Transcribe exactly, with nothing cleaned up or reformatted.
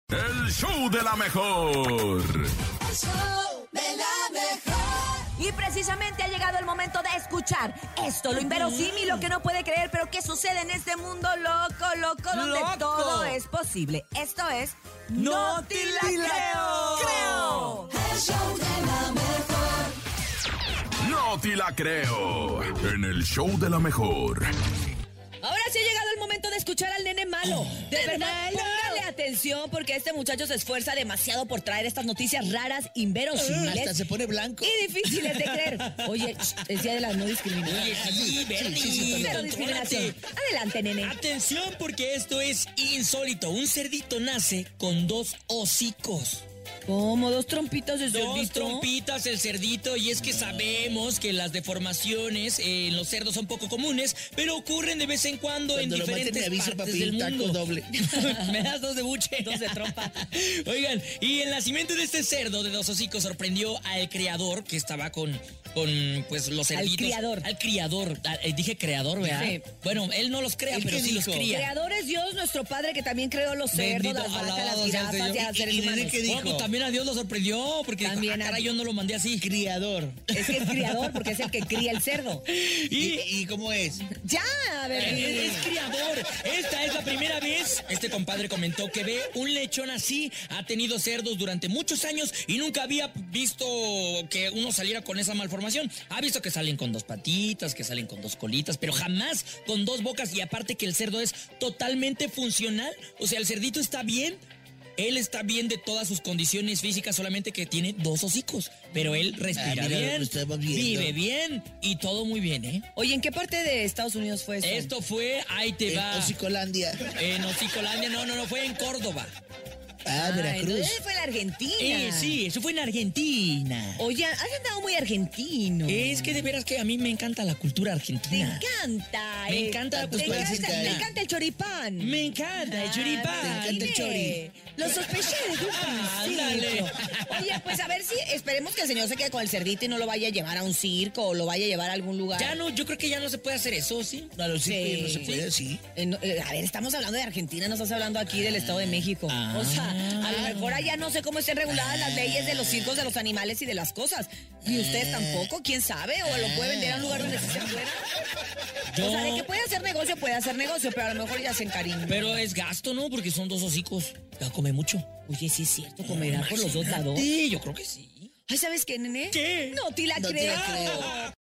El show de la mejor. El show de la mejor. Y precisamente ha llegado el momento de escuchar esto, lo inverosímil, lo que no puede creer, pero que sucede en este mundo loco, loco, donde ¡Loco! todo es posible. Esto es ¡No te la creo! creo! El show de la mejor. No te la creo. En el show de la mejor. Ahora sí ha llegado el momento de escuchar al nene malo. De ¡Nene verdad, malo! póngale atención porque este muchacho se esfuerza demasiado por traer estas noticias raras, inverosímiles Hasta se pone blanco. y difíciles de creer. Oye, sh, es día de la no discriminación. Oye, sí, Bernie, sí, sí, Cero discriminación. Adelante, nene. Atención, porque esto es insólito. Un cerdito nace con dos hocicos. ¿Cómo? ¿Dos trompitas de Dos cerdito? trompitas el cerdito, y es que sabemos que las deformaciones en los cerdos son poco comunes, pero ocurren de vez en cuando, Cuando en lo maten, diferentes me avisa partes para del pedir taco mundo. doble. Me das dos de buche. Dos de trompa. Oigan, y el nacimiento de este cerdo de dos hocicos sorprendió al criador que estaba con, con pues los Al cerditos. criador. Al criador. Ah, eh, dije creador, ¿verdad? Sí. Bueno, él no los crea, ¿Él pero qué sí los dijo? cría. Creador es Dios, nuestro Padre, que también creó los cerdos, Bendito, las vacas, alabado las sea el jirafas y a Señor. seres ¿Y- y nene humanos. qué dijo? Oh, pues también a Dios lo sorprendió, porque También ah, a- caray, yo no lo mandé así. Criador. Es que es criador porque es el que cría el cerdo. ¿Y, Y y cómo es? Ya, a ver. es, es criador. Esta es la primera vez. Este compadre comentó que ve un lechón así. Ha tenido cerdos durante muchos años y nunca había visto que uno saliera con esa malformación. Ha visto que salen con dos patitas, que salen con dos colitas, pero jamás con dos bocas. Y aparte que el cerdo es totalmente funcional. O sea, el cerdito está bien. Él está bien de todas sus condiciones físicas, solamente que tiene dos hocicos. Pero él respira Ah, mira, bien, lo estamos viendo. vive bien y todo muy bien, ¿eh? Oye, ¿en qué parte de Estados Unidos fue eso? Esto fue, ahí te En va. Hocicolandia. En Hocicolandia, no, no, no, fue en Córdoba. Ah, Veracruz. entonces fue en la Argentina. Eh, sí, eso fue en Argentina. Oye, has andado muy argentino. Es que de veras que a mí me encanta la cultura Te argentina. encanta. Me eh. encanta la Te cultura encanta, argentina. me encanta el choripán. Me encanta el Ah, choripán. te encanta el chori. mire, Lo sospeché desde un Ah, principio. ándale. Oye, pues a ver si esperemos que el señor se quede con el cerdito y no lo vaya a llevar a un circo o lo vaya a llevar a algún lugar. Ya no, yo creo que ya no se puede hacer eso, ¿sí? No, no, sí, Sí. no se puede, sí. Eh, no, eh, a ver, estamos hablando de Argentina, no estás hablando aquí del Estado de México. Ah. O sea, a lo mejor allá no sé cómo estén reguladas las leyes de los circos, de los animales y de las cosas. Y ustedes tampoco, quién sabe, o lo puede vender a un lugar donde sí se pueda. Yo- O sea, de que puede hacer negocio, puede hacer negocio, pero a lo mejor ya se encariña. Pero es gasto, ¿no? Porque son dos hocicos. Ya come mucho. Oye, sí es cierto, comerá por los dos lados. Sí, yo creo que sí. Ay, ¿sabes qué, nene? ¿Qué? No te la No te creo. la creo.